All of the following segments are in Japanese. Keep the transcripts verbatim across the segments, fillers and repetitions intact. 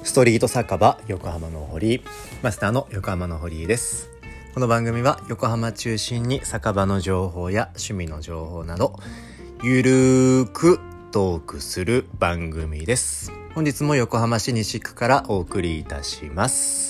ストリート酒場横浜の堀マスターの横浜の堀です。この番組は横浜中心に酒場の情報や趣味の情報などゆるーくトークする番組です。本日も横浜市西区からお送りいたします。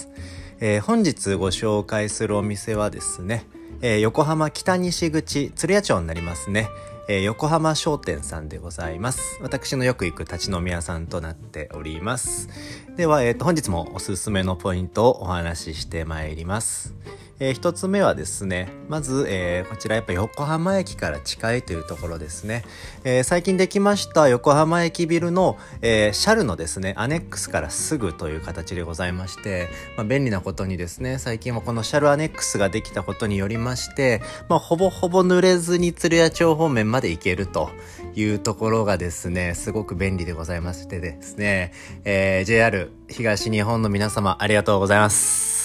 えー、本日ご紹介するお店はですね、えー、横浜北西口鶴屋町になりますね。えー、横浜商店さんでございます。私のよく行く立ち飲み屋さんとなっております。では、えーと、本日もおすすめのポイントをお話ししてまいります。えー、一つ目はですね、まず、えー、こちらやっぱ横浜駅から近いというところですね。えー、最近できました横浜駅ビルの、えー、シャルのですねアネックスからすぐという形でございまして、まあ、便利なことにですね、最近はこのシャルアネックスができたことによりまして、まあ、ほぼほぼ濡れずに鶴屋町方面まで行けるというところがですね、すごく便利でございましてですね、えー、ジェイアール 東日本の皆様ありがとうございます。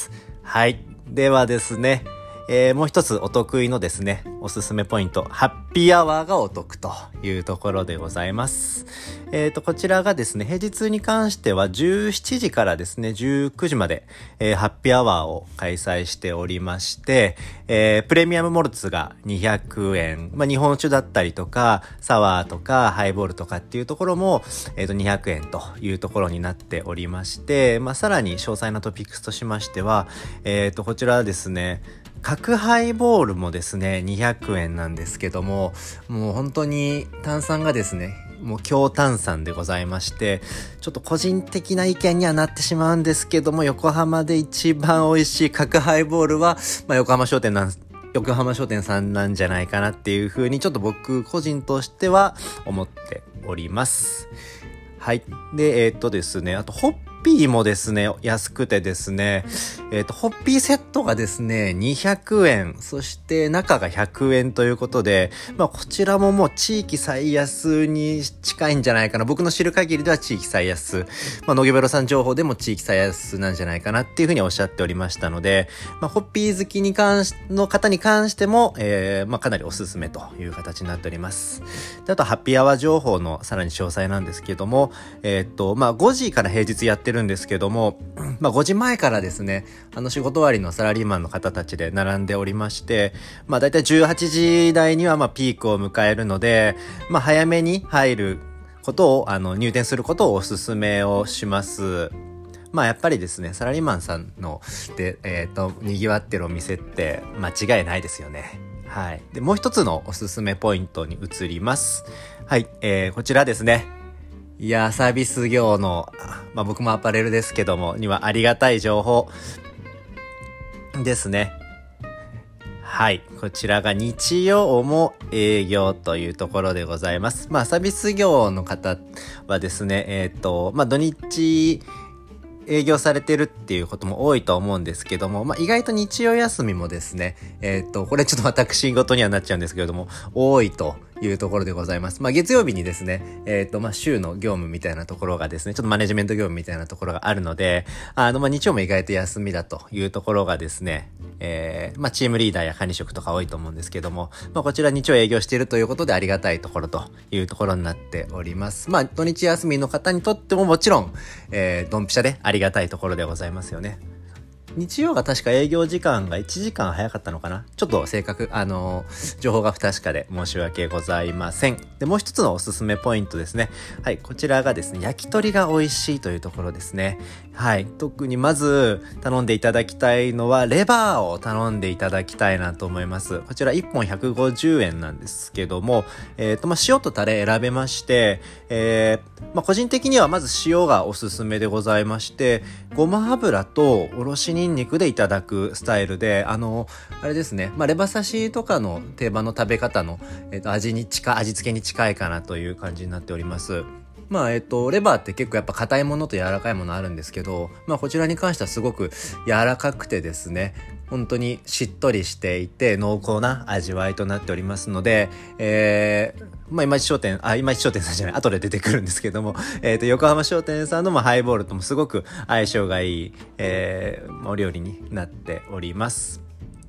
はい。ではですね、えー、もう一つお得意のですねおすすめポイント、ハッピーアワーがお得というところでございます。えーとこちらがですね、平日に関してはじゅうしちじからですねじゅうくじまで、えー、ハッピーアワーを開催しておりまして、えー、プレミアムモルツがにひゃくえん、まあ、日本酒だったりとかサワーとかハイボールとかっていうところも、えーとにひゃくえんというところになっておりまして、まあ、さらに詳細なトピックスとしましては、えーとこちらはですね角ハイボールもですねにひゃくえんなんですけども、もう本当に炭酸がですねもう強炭酸でございまして、ちょっと個人的な意見にはなってしまうんですけども、横浜で一番美味しい角ハイボールは、まあ、横浜商店なん横浜商店さんなんじゃないかなっていう風にちょっと僕個人としては思っております。はい。で、えー、っとですね、あとホッピーもですね安くてですね、えー、っとホッピーセットがですねにひゃくえん、そして中がひゃくえんということで、まあこちらももう地域最安に近いんじゃないかな。僕の知る限りでは地域最安、まあ野毛ベロさん情報でも地域最安なんじゃないかなっていうふうにおっしゃっておりましたので、まあホッピー好きに関しの方に関しても、えー、まあかなりおすすめという形になっております。で、あとハッピーアワー情報のさらに詳細なんですけども、えー、っとまあごじから平日やってるんですけども、まあごじまえからですね、あの仕事終わりのサラリーマンの方たちで並んでおりまして、まあだいたいじゅうはちじ台にはまあピークを迎えるので、まあ早めに入ることを、あの入店することをお勧めをします。まあやっぱりですね、サラリーマンさんので、えっと、賑わってるお店って間違いないですよね。はい。で、もう一つのおすすめポイントに移ります。はい。えー、こちらですね。いや、サービス業の、まあ僕もアパレルですけども、にはありがたい情報ですね。はい。こちらが日曜も営業というところでございます。まあサービス業の方はですね、えっと、まあ土日、営業されてるっていうことも多いと思うんですけども、まあ、意外と日曜休みもですね、えっと、これちょっと私事にはなっちゃうんですけれども、多いというところでございます。まあ、月曜日にですね、えっと、まあ、週の業務みたいなところがですね、ちょっとマネジメント業務みたいなところがあるので、あの、まあ、日曜も意外と休みだというところがですね、えー、まあ、チームリーダーや管理職とか多いと思うんですけども、まあ、こちら日曜営業しているということでありがたいところというところになっております。まあ、土日休みの方にとってももちろん、えー、ドンピシャでありがたいところでございますよね。日曜が確か営業時間がいちじかん早かったのかな。ちょっと正確、あのー、情報が不確かで申し訳ございません。で、もう一つのおすすめポイントですね。はい、こちらがですね、焼き鳥が美味しいというところですね。はい、特にまず頼んでいただきたいのはレバーを頼んでいただきたいなと思います。こちらいっぽんひゃくごじゅうえんなんですけども、えっと、まあ、塩とタレ選べまして、えー、まあ、個人的にはまず塩がおすすめでございまして、ごま油とおろしニンニクでいただくスタイルで、あのあれですね、まあ、レバ刺しとかの定番の食べ方の、えっと、味に近い味付けに近いかなという感じになっております。まあえっとレバーって結構やっぱ硬いものと柔らかいものあるんですけど、まあこちらに関してはすごく柔らかくてですね、本当にしっとりしていて濃厚な味わいとなっておりますので、えー、まあ今市商店、あ、今市商店さんじゃない、後で出てくるんですけども、えっと横浜商店さんのまあハイボールともすごく相性がいい、えー、お料理になっております。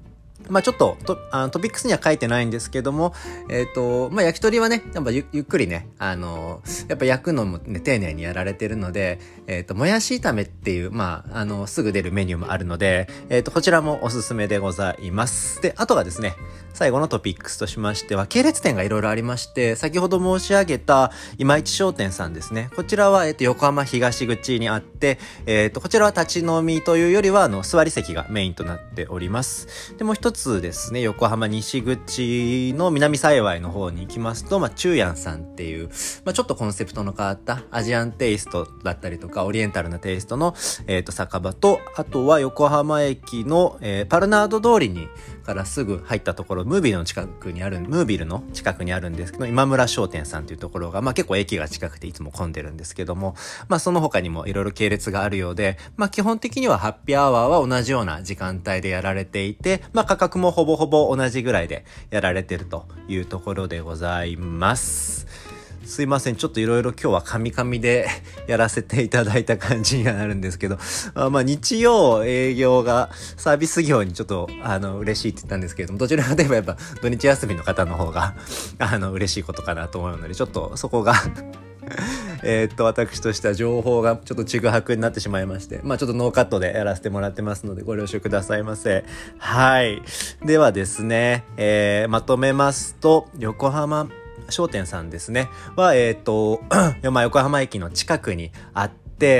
まあちょっとトあのトピックスには書いてないんですけども、えっと、まあ焼き鳥はね、やっぱ ゆ, ゆっくりね、あの、やっぱ焼くのもね、丁寧にやられてるので、えっと、もやし炒めっていう、まあ、あの、すぐ出るメニューもあるので、えっと、こちらもおすすめでございます。で、あとはですね、最後のトピックスとしましては、系列店がいろいろありまして、先ほど申し上げた今市商店さんですね。こちらは、えっと、横浜東口にあって、えっと、こちらは立ち飲みというよりは、あの、座り席がメインとなっております。で、もう一つですね、横浜西口の南幸の方に行きますと、まあ、中やんさんっていう、まあ、ちょっとコンセプトの変わったアジアンテイストだったりとか、オリエンタルなテイストの、えっと、酒場と、あとは横浜駅の、えー、パルナード通りに、からすぐ入ったところ、ムービルの近くにある、ムービルの近くにあるんですけど、今村商店さんというところが、まあ結構駅が近くていつも混んでるんですけども、まあその他にもいろいろ系列があるようで、まあ基本的にはハッピーアワーは同じような時間帯でやられていて、まあ価格もほぼほぼ同じぐらいでやられてるというところでございます。すいません。ちょっといろいろ今日はカミカミでやらせていただいた感じにはなるんですけど、あまあ日曜営業がサービス業にちょっとあの嬉しいって言ったんですけれども、どちらかといえばやっぱ土日休みの方の方があの嬉しいことかなと思うので、ちょっとそこがえっと私とした情報がちょっとちぐはぐになってしまいまして、まあちょっとノーカットでやらせてもらってますのでご了承くださいませ。はい。ではですね、えー、まとめますと、横浜商店さんですねは、えっと、まあ、横浜駅の近くにあって、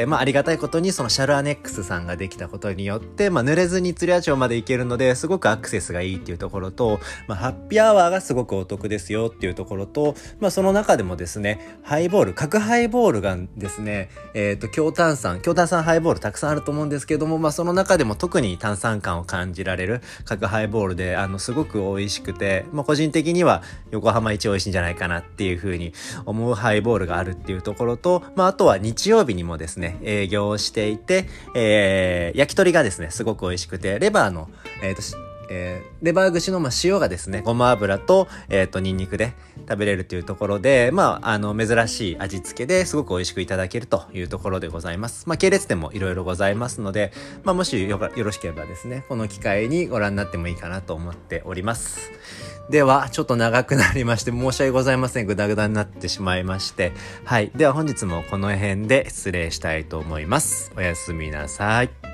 まあ、ありがたいことにそのシャルアネックスさんができたことによって、まあ、濡れずに釣り屋町まで行けるのですごくアクセスがいいっていうところと、まあ、ハッピーアワーがすごくお得ですよっていうところと、まあ、その中でもですね、ハイボール、角ハイボールがですね、えっと、強炭酸、強炭酸ハイボールたくさんあると思うんですけども、まあ、その中でも特に炭酸感を感じられる角ハイボールで、あの、すごく美味しくて、まあ、個人的には横浜一美味しいんじゃないかなっていう風に思うハイボールがあるっていうところと、まあ、あとは日曜日にもですね、営業をしていて、えー、焼き鳥がですね、すごく美味しくて、レバーの、えーと、えー、レバー串のまあ塩がですね、ごま油と、えっと、ニンニクで食べれるというところで、まあ、あの、珍しい味付けですごく美味しくいただけるというところでございます。まあ、系列店もいろいろございますので、まあ、もしよか、よろしければですね、この機会にご覧になってもいいかなと思っております。では、ちょっと長くなりまして、申し訳ございません。ぐだぐだになってしまいまして。はい。では本日もこの辺で失礼したいと思います。おやすみなさい。